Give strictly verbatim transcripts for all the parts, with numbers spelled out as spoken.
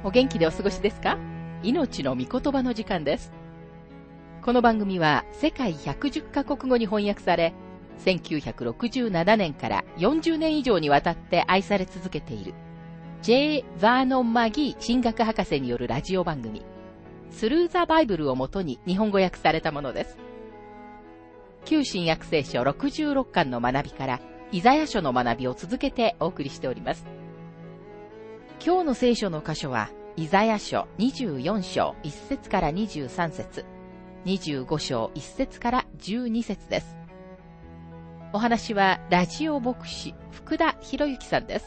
お元気でお過ごしですか？命の御言葉の時間です。この番組は世界ひゃくじゅっカ国語に翻訳され、せんきゅうひゃくろくじゅうななねんからよんじゅうねん以上にわたって愛され続けている J. バーノン・マギー神学博士によるラジオ番組スルーザ・バイブルをもとに日本語訳されたものです。旧新約聖書ろくじゅうろっかんの学びからイザヤ書の学びを続けてお送りしております。今日の聖書の箇所はイザヤ書にじゅうよん章いち節からにじゅうさん節、にじゅうご章いち節からじゅうに節です。お話はラジオ牧師福田博之さんです。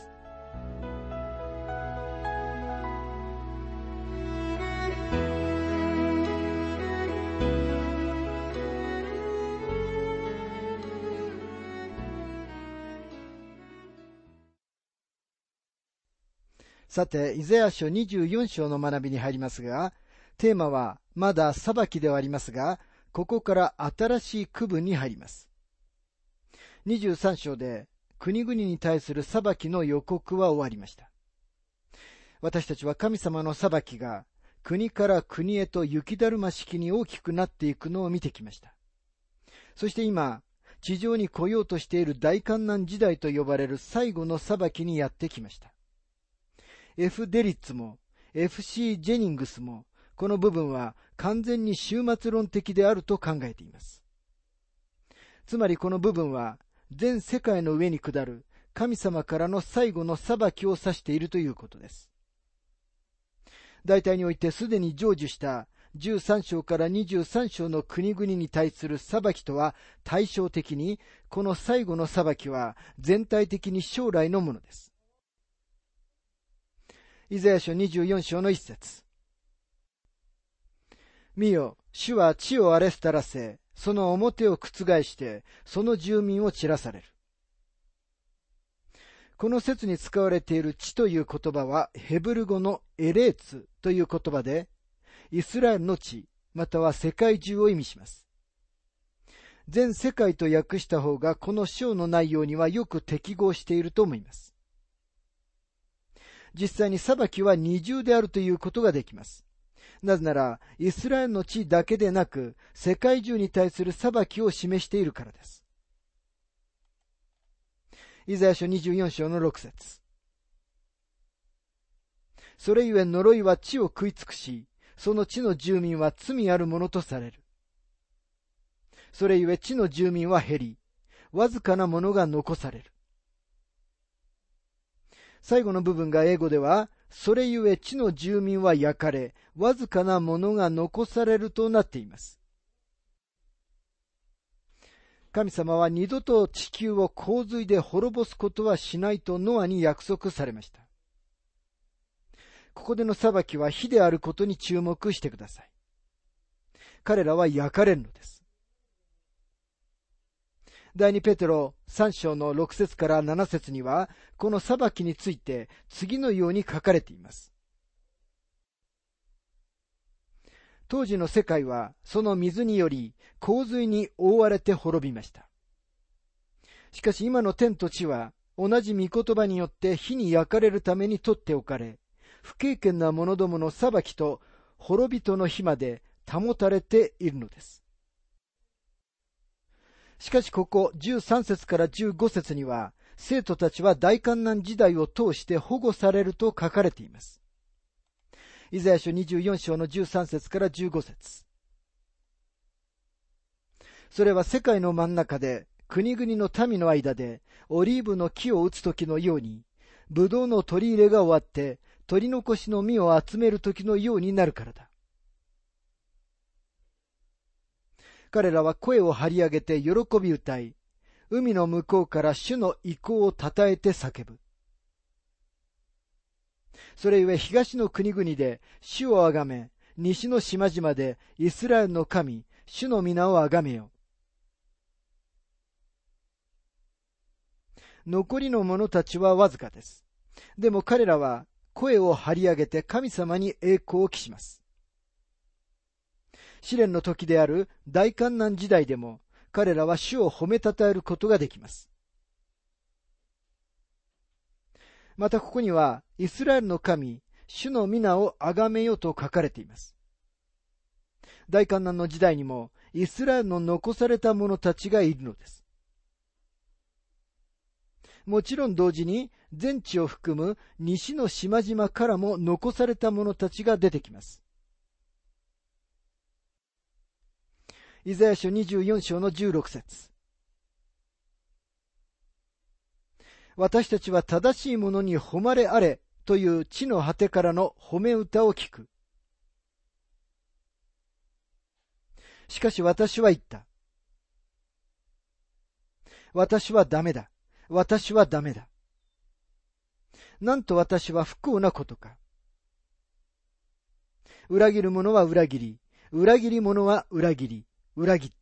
さて、イザヤ書にじゅうよん章の学びに入りますが、テーマはまだ裁きではありますが、ここから新しい区分に入ります。にじゅうさん章で国々に対する裁きの予告は終わりました。私たちは神様の裁きが国から国へと雪だるま式に大きくなっていくのを見てきました。そして今、地上に来ようとしている大観難時代と呼ばれる最後の裁きにやってきました。F デリッツも エフシー ジェニングスもこの部分は完全に終末論的であると考えています。つまりこの部分は全世界の上に下る神様からの最後の裁きを指しているということです。大体においてすでに成就したじゅうさん章からにじゅうさん章の国々に対する裁きとは対照的に、この最後の裁きは全体的に将来のものです。イザヤ書にじゅうよん章の一節。見よ、主は地を荒れ廃らせ、その表を覆して、その住民を散らされる。この説に使われている地という言葉は、ヘブル語のエレーツという言葉で、イスラエルの地、または世界中を意味します。全世界と訳した方が、この章の内容にはよく適合していると思います。実際に裁きは二重であるということができます。なぜなら、イスラエルの地だけでなく、世界中に対する裁きを示しているからです。イザヤ書にじゅうよん章のろく節。それゆえ呪いは地を食い尽くし、その地の住民は罪あるものとされる。それゆえ地の住民は減り、わずかなものが残される。最後の部分が英語では、それゆえ地の住民は焼かれ、わずかなものが残されるとなっています。神様は二度と地球を洪水で滅ぼすことはしないとノアに約束されました。ここでの裁きは火であることに注目してください。彼らは焼かれるのです。第二ペテロさん章のろく節からなな節には、この裁きについて次のように書かれています。当時の世界はその水により洪水に覆われて滅びました。しかし今の天と地は同じ御言葉によって火に焼かれるために取っておかれ、不敬虔な者どもの裁きと滅びとの火まで保たれているのです。しかしここじゅうさん節からじゅうご節には、生徒たちは大観難時代を通して保護されると書かれています。イザヤ書にじゅうよん章のじゅうさん節からじゅうご節。それは世界の真ん中で、国々の民の間で、オリーブの木を打つ時のように、ブドウの取り入れが終わって、取り残しの実を集める時のようになるからだ。彼らは声を張り上げて喜び歌い、海の向こうから主の意向をたたえて叫ぶ。それゆえ東の国々で主をあがめ、西の島々でイスラエルの神、主の皆をあがめよ。残りの者たちはわずかです。でも彼らは声を張り上げて神様に栄光を期します。試練の時である大観難時代でも彼らは主を褒めたたえることができます。またここにはイスラエルの神、 主の皆を崇めよと書かれています。大観難の時代にもイスラエルの残された者たちがいるのです。もちろん同時に全地を含む西の島々からも残された者たちが出てきます。イザヤ書にじゅうよん章のじゅうろく節。私たちは正しいものに誉れあれという地の果てからの褒め歌を聞く。しかし私は言った。私はダメだ。私はダメだ。なんと私は不幸なことか。裏切る者は裏切り、裏切り者は裏切り、裏切った。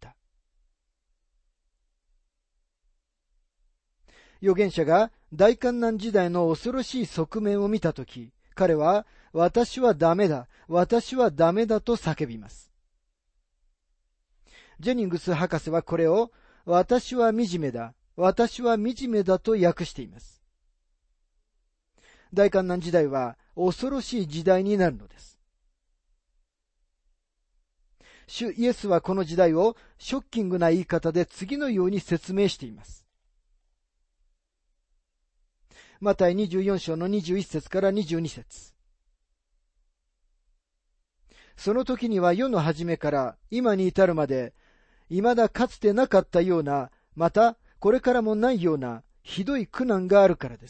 預言者が大観難時代の恐ろしい側面を見たとき、彼は、私はダメだ、私はダメだと叫びます。ジェニングス博士はこれを、私は惨めだ、私は惨めだと訳しています。大観難時代は恐ろしい時代になるのです。主イエスはこの時代をショッキングな言い方で次のように説明しています。マタイにじゅうよん章のにじゅういち節からにじゅうに節。その時には世の初めから今に至るまで、未だかつてなかったような、またこれからもないようなひどい苦難があるからです。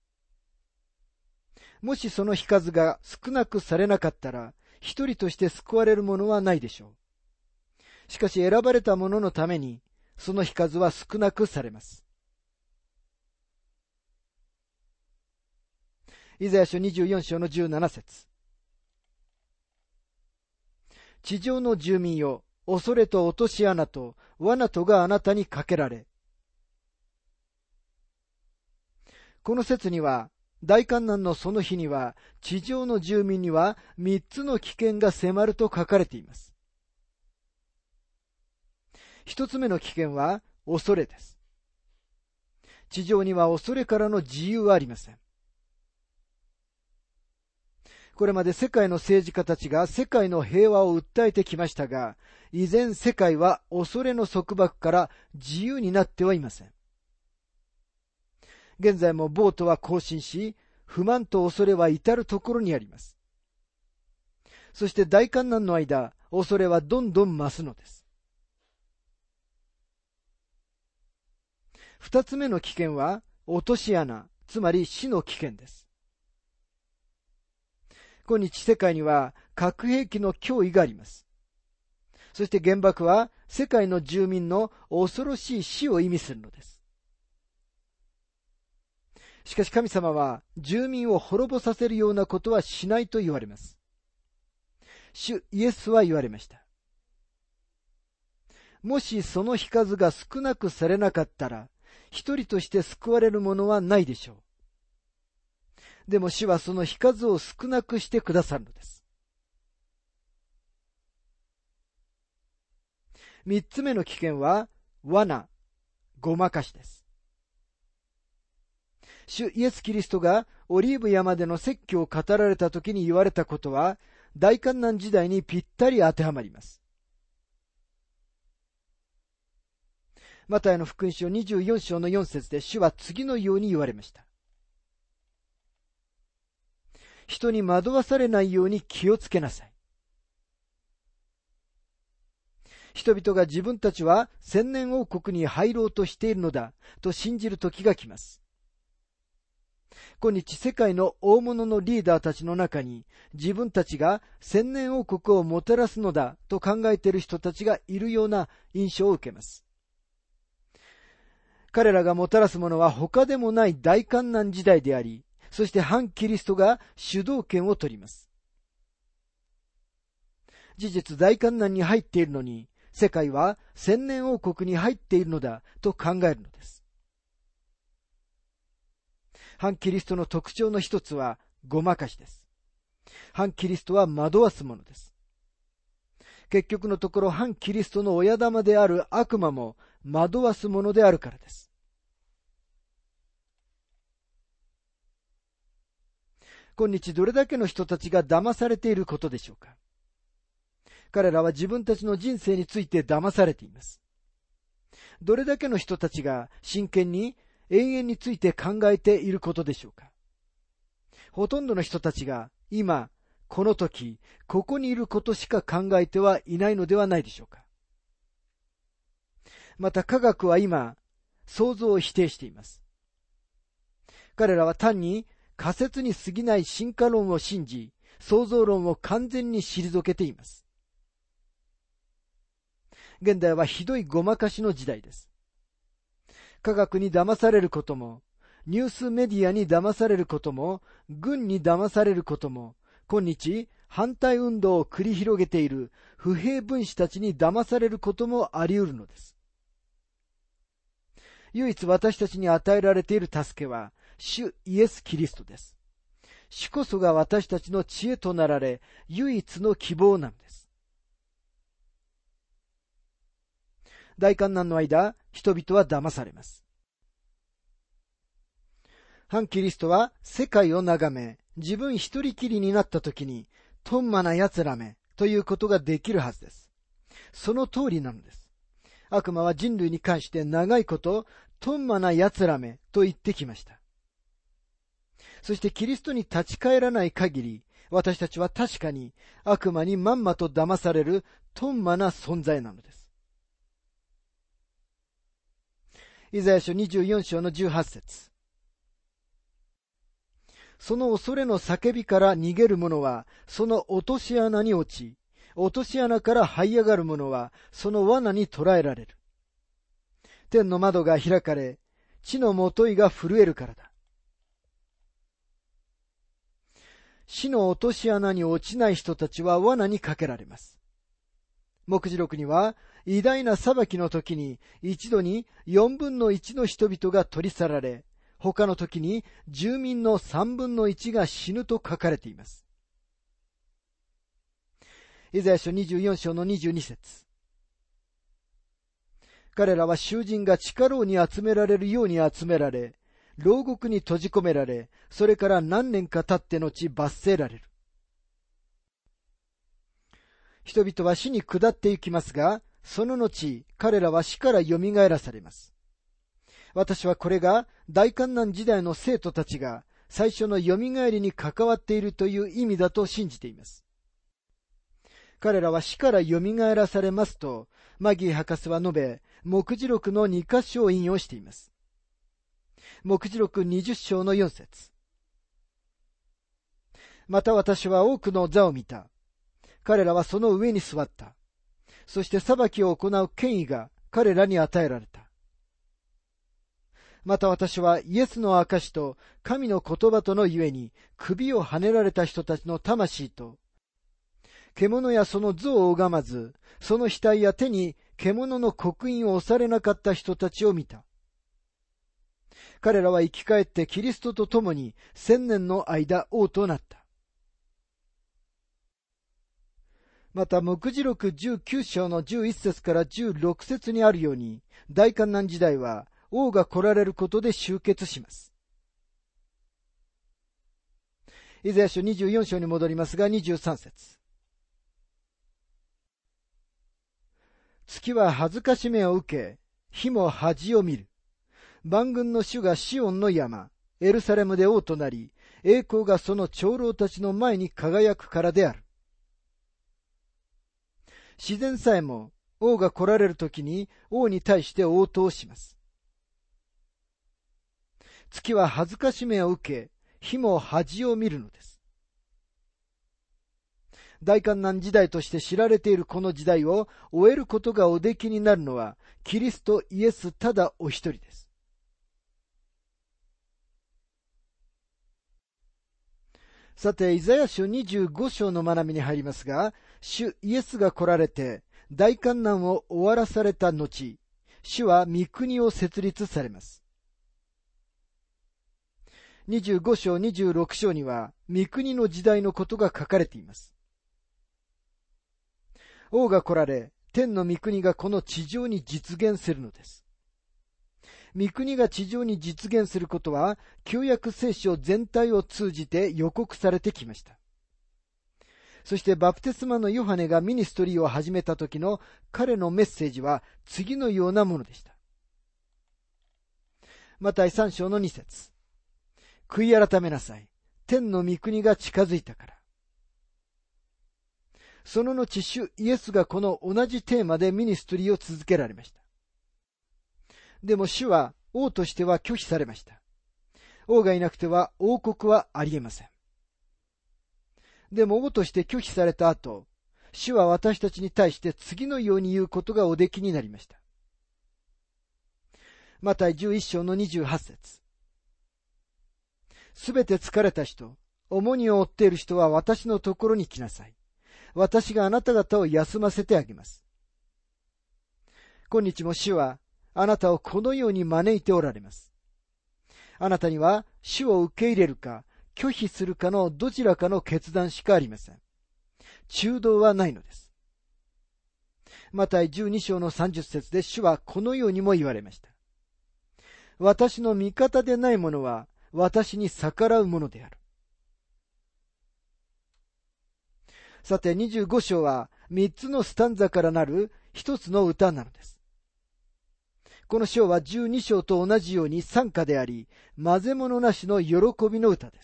もしその日数が少なくされなかったら、一人として救われるものはないでしょう。しかし選ばれた者のために、その日数は少なくされます。イザヤ書にじゅうよん章のじゅうなな節。地上の住民よ、恐れと落とし穴と罠とがあなたにかけられ。この説には、大観難のその日には、地上の住民には三つの危険が迫ると書かれています。一つ目の危険は恐れです。地上には恐れからの自由はありません。これまで世界の政治家たちが世界の平和を訴えてきましたが、依然世界は恐れの束縛から自由になってはいません。現在も暴徒は行進し、不満と恐れは至るところにあります。そして大観難の間、恐れはどんどん増すのです。二つ目の危険は落とし穴、つまり死の危険です。今日世界には核兵器の脅威があります。そして原爆は世界の住民の恐ろしい死を意味するのです。しかし神様は住民を滅ぼさせるようなことはしないと言われます。主イエスは言われました。もしその日数が少なくされなかったら、一人として救われるものはないでしょう。でも主はその日数を少なくしてくださるのです。三つ目の危険は、罠、ごまかしです。主イエス・キリストがオリーブ山での説教を語られた時に言われたことは、大観難時代にぴったり当てはまります。マタイの福音書にじゅうよん章のよん節で主は次のように言われました。人に惑わされないように気をつけなさい。人々が自分たちは千年王国に入ろうとしているのだと信じる時が来ます。今日世界の大物のリーダーたちの中に自分たちが千年王国をもたらすのだと考えている人たちがいるような印象を受けます。彼らがもたらすものは他でもない大観難時代であり、そして反キリストが主導権を取ります。事実大観難に入っているのに、世界は千年王国に入っているのだと考えるのです。反キリストの特徴の一つはごまかしです。反キリストは惑わすものです。結局のところ反キリストの親玉である悪魔も惑わすものであるからです。 今日どれだけの人たちが騙されていることでしょうか。彼らは自分たちの人生について騙されています。どれだけの人たちが真剣に永遠について考えていることでしょうか。ほとんどの人たちが今、この時、ここにいることしか考えてはいないのではないでしょうか。また科学は今、想像を否定しています。彼らは単に仮説に過ぎない進化論を信じ、創造論を完全に退けています。現代はひどいごまかしの時代です。科学に騙されることも、ニュースメディアに騙されることも、軍に騙されることも、今日反対運動を繰り広げている不平分子たちに騙されることもあり得るのです。唯一私たちに与えられている助けは、主イエス・キリストです。主こそが私たちの知恵となられ、唯一の希望なのです。大観難の間、人々は騙されます。反キリストは世界を眺め、自分一人きりになった時に、とんまな奴らめということができるはずです。その通りなのです。悪魔は人類に関して長いこと、とんまな奴らめと言ってきました。そしてキリストに立ち返らない限り、私たちは確かに悪魔にまんまと騙されるとんまな存在なのです。イザヤ書にじゅうよん章のじゅうはち節。その恐れの叫びから逃げる者は、その落とし穴に落ち、落とし穴から這い上がる者は、その罠に捕らえられる。天の窓が開かれ、地のもといが震えるからだ。死の落とし穴に落ちない人たちは罠にかけられます。目次録には、偉大な裁きの時に、一度に四分の一の人々が取り去られ、他の時に住民の三分の一が死ぬと書かれています。イザヤ書にじゅうよん章のにじゅうに節。彼らは囚人が地下牢に集められるように集められ、牢獄に閉じ込められ、それから何年か経って後罰せられる。人々は死に下っていきますが、その後、彼らは死から蘇らされます。私はこれが大観難時代の生徒たちが最初の蘇りに関わっているという意味だと信じています。彼らは死から蘇らされますと、マギー博士は述べ、目次録のに箇所を引用しています。目次録にじゅう章のよん節。また私は多くの座を見た。彼らはその上に座った。そして裁きを行う権威が彼らに与えられた。また私はイエスの証と神の言葉とのゆえに首をはねられた人たちの魂と、獣やその像を拝まず、その額や手に獣の刻印を押されなかった人たちを見た。彼らは生き返ってキリストと共に千年の間王となった。また、目次録じゅうきゅう章のじゅういち節からじゅうろく節にあるように、大観難時代は王が来られることで終結します。イザヤ書にじゅうよん章に戻りますが、にじゅうさん節。月は恥ずかしめを受け、日も恥を見る。万軍の主がシオンの山、エルサレムで王となり、栄光がその長老たちの前に輝くからである。自然さえも王が来られるときに王に対して応答します。月は恥ずかしめを受け、日も恥を見るのです。大観難時代として知られているこの時代を終えることがおできになるのは、キリストイエスただお一人です。さて、イザヤ書にじゅうご章の学びに入りますが、主イエスが来られて、大観難を終わらされた後、主は御国を設立されます。にじゅうご章、にじゅうろく章には、御国の時代のことが書かれています。王が来られ、天の御国がこの地上に実現するのです。 御国が地上に実現することは、旧約聖書全体を通じて予告されてきました。そしてバプテスマのヨハネがミニストリーを始めた時の彼のメッセージは次のようなものでした。マタイさん章のに節。悔い改めなさい。天の御国が近づいたから。その後、主イエスがこの同じテーマでミニストリーを続けられました。でも主は王としては拒否されました。王がいなくては王国はありえません。でも王として拒否された後、主は私たちに対して次のように言うことがおできになりました。マタイじゅういっ章のにじゅうはち節。すべて疲れた人、重荷を負っている人は私のところに来なさい。私があなた方を休ませてあげます。今日も主はあなたをこのように招いておられます。あなたには主を受け入れるか、拒否するかのどちらかの決断しかありません。中道はないのです。マタイじゅうに章のさんじゅう節で主はこのようにも言われました。私の味方でない者は私に逆らうものである。さてにじゅうご章は三つのスタンザからなる一つの歌なのです。この章はじゅうに章と同じように賛歌であり、混ぜ物なしの喜びの歌です。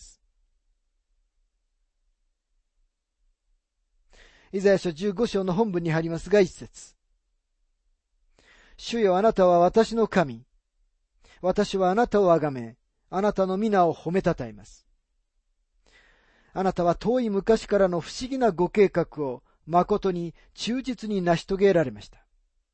イザヤ書じゅうご章の本文に入りますが一節。主よ、あなたは私の神。私はあなたをあがめ、あなたの皆を褒めたたえます。あなたは遠い昔からの不思議なご計画を誠に忠実に成し遂げられました。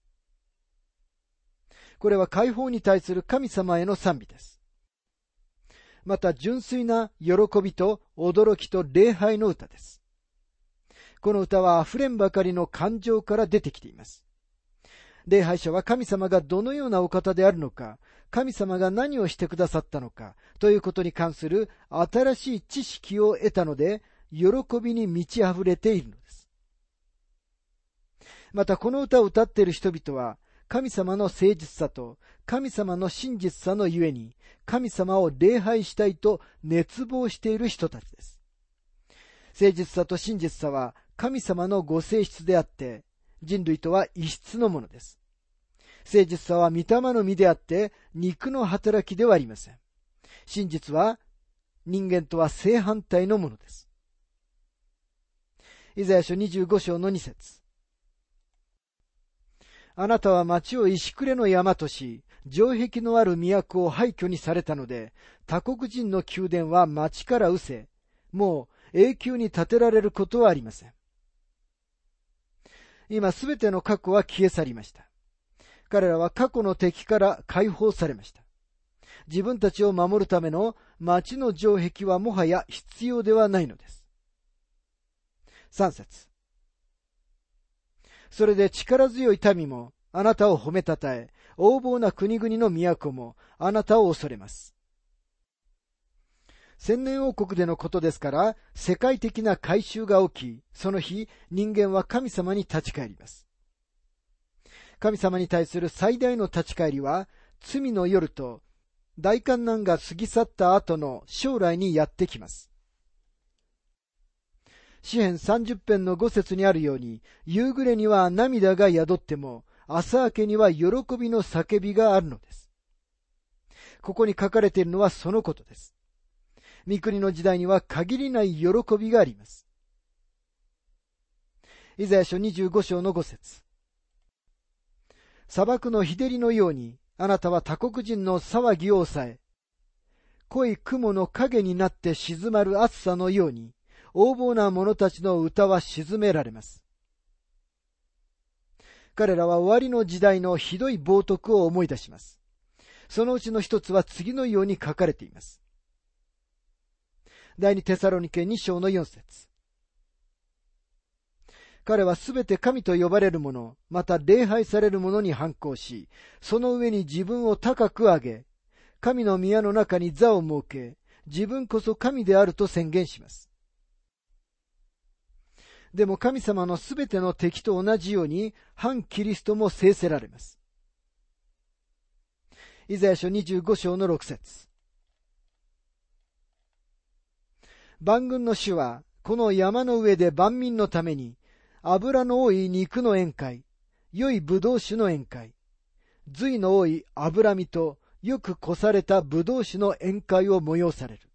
これは解放に対する神様への賛美です。また純粋な喜びと驚きと礼拝の歌です。この歌は溢れんばかりの感情から出てきています。礼拝者は神様がどのようなお方であるのか、神様が何をしてくださったのかということに関する新しい知識を得たので、喜びに満ち溢れているのです。またこの歌を歌っている人々は、神様の誠実さと神様の真実さのゆえに、神様を礼拝したいと熱望している人たちです。誠実さと真実さは神様のご性質であって、人類とは異質のものです。誠実さは御霊の実であって、肉の働きではありません。真実は人間とは正反対のものです。イザヤ書にじゅうご章のに節。あなたは町を石暮れの山とし、城壁のある都を廃墟にされたので、他国人の宮殿は町から失せ、もう永久に建てられることはありません。今すべての過去は消え去りました。彼らは過去の敵から解放されました。自分たちを守るための町の城壁はもはや必要ではないのです。さん節。それで力強い民もあなたを褒めたたえ、横暴な国々の都もあなたを恐れます。千年王国でのことですから、世界的な改宗が起き、その日、人間は神様に立ち返ります。神様に対する最大の立ち返りは、罪の夜と大観難が過ぎ去った後の将来にやってきます。詩編さんじゅっ編のご節にあるように、夕暮れには涙が宿っても、朝明けには喜びの叫びがあるのです。ここに書かれているのはそのことです。御国の時代には限りない喜びがあります。イザヤ書にじゅうご章のご節。砂漠の日照りのように、あなたは他国人の騒ぎを抑え、濃い雲の影になって静まる暑さのように、横暴な者たちの歌は沈められます。彼らは終わりの時代のひどい冒涜を思い出します。そのうちの一つは次のように書かれています。第二テサロニケに章のよん節。彼はすべて神と呼ばれる者、また礼拝される者に反抗し、その上に自分を高く上げ、神の宮の中に座を設け、自分こそ神であると宣言します。でも神様のすべての敵と同じように、反キリストも制せられます。 イザヤ書にじゅうご章のろく節。万軍の主は、この山の上で万民のために、脂の多い肉の宴会、良い葡萄酒の宴会、髄の多い脂身とよくこされた葡萄酒の宴会を催される。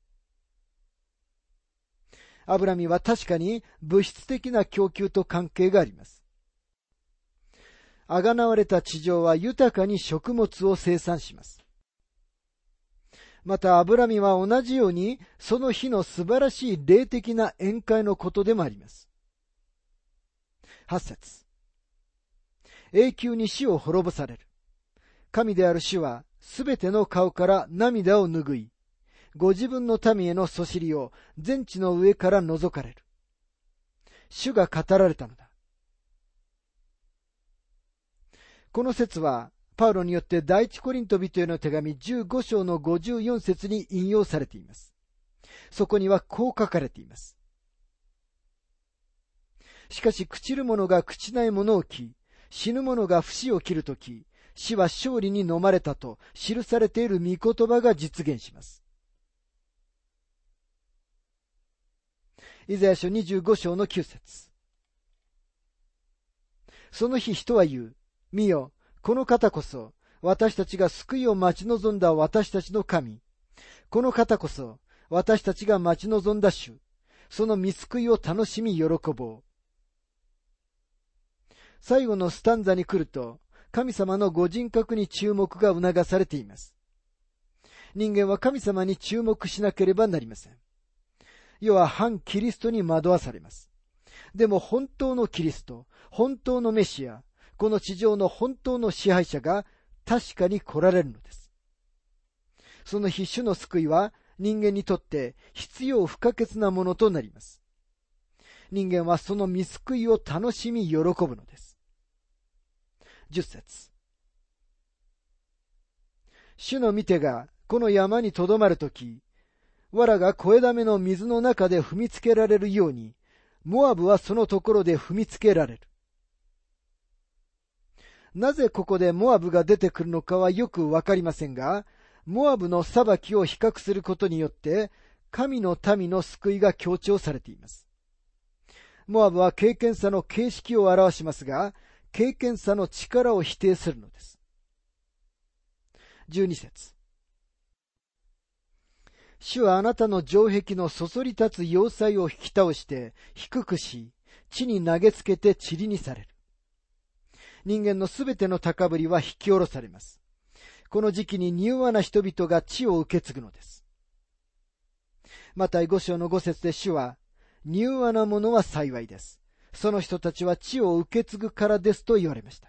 脂身は確かに物質的な供給と関係があります。あがなわれた地上は豊かに食物を生産します。また脂身は同じようにその日の素晴らしい霊的な宴会のことでもあります。はち節。永久に死を滅ぼされる。神である主はすべての顔から涙を拭い、ご自分の民へのそしりを全地の上から除かれる。主が語られたのだ。この説は、パウロによって第一コリント人への手紙じゅうご章のごじゅうよん節に引用されています。そこにはこう書かれています。しかし、朽ちる者が朽ちないものを着、死ぬ者が不死を切るとき、死は勝利に飲まれたと記されている御言葉が実現します。イザヤ書にじゅうご章のきゅう節。その日人は言う。見よ、この方こそ、私たちが救いを待ち望んだ私たちの神。この方こそ、私たちが待ち望んだ主。その御救いを楽しみ喜ぼう。最後のスタンザに来ると、神様のご人格に注目が促されています。人間は神様に注目しなければなりません。世は反キリストに惑わされます。でも本当のキリスト、本当のメシア、この地上の本当の支配者が確かに来られるのです。その日主の救いは人間にとって必要不可欠なものとなります。人間はその御救いを楽しみ喜ぶのです。じゅっ節。主の御手がこの山にとどまるとき、藁が肥えだめの水の中で踏みつけられるように、モアブはそのところで踏みつけられる。なぜここでモアブが出てくるのかはよくわかりませんが、モアブの裁きを比較することによって、神の民の救いが強調されています。モアブは敬虔さの形式を表しますが、敬虔さの力を否定するのです。じゅうに節。主はあなたの城壁のそそり立つ要塞を引き倒して低くし、地に投げつけて塵にされる。人間のすべての高ぶりは引き下ろされます。この時期に柔和な人々が地を受け継ぐのです。マタイご章のご節で主は、柔和なものは幸いです。その人たちは地を受け継ぐからですと言われました。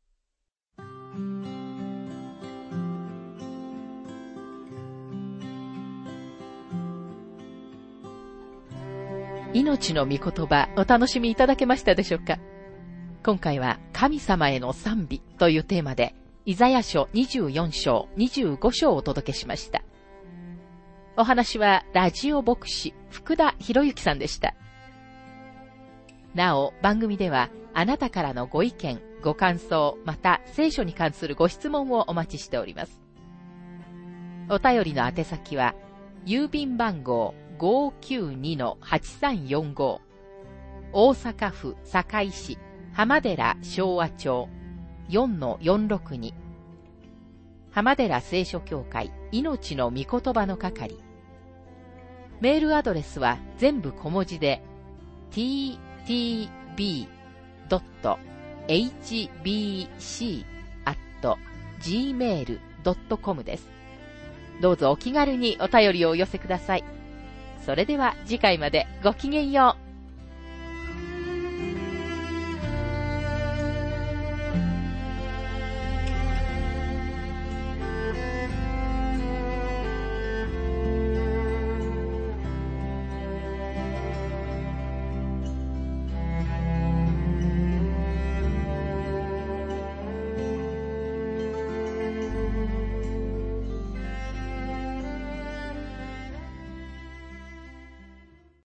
命の御言葉、お楽しみいただけましたでしょうか。今回は神様への賛美というテーマで、イザヤ書にじゅうよん章、にじゅうご章をお届けしました。お話はラジオ牧師福田博之さんでした。なお、番組ではあなたからのご意見、ご感想、また聖書に関するご質問をお待ちしております。お便りの宛先は、郵便番号 ごーきゅうにのはちさんよんご、大阪府堺市浜寺昭和町 よんのよんろくに、浜寺聖書協会命の御言葉の係。メールアドレスは全部小文字で ティーティービードットエイチビーシーアットジーメールドットコム です。どうぞお気軽にお便りをお寄せください。それでは次回までごきげんよう。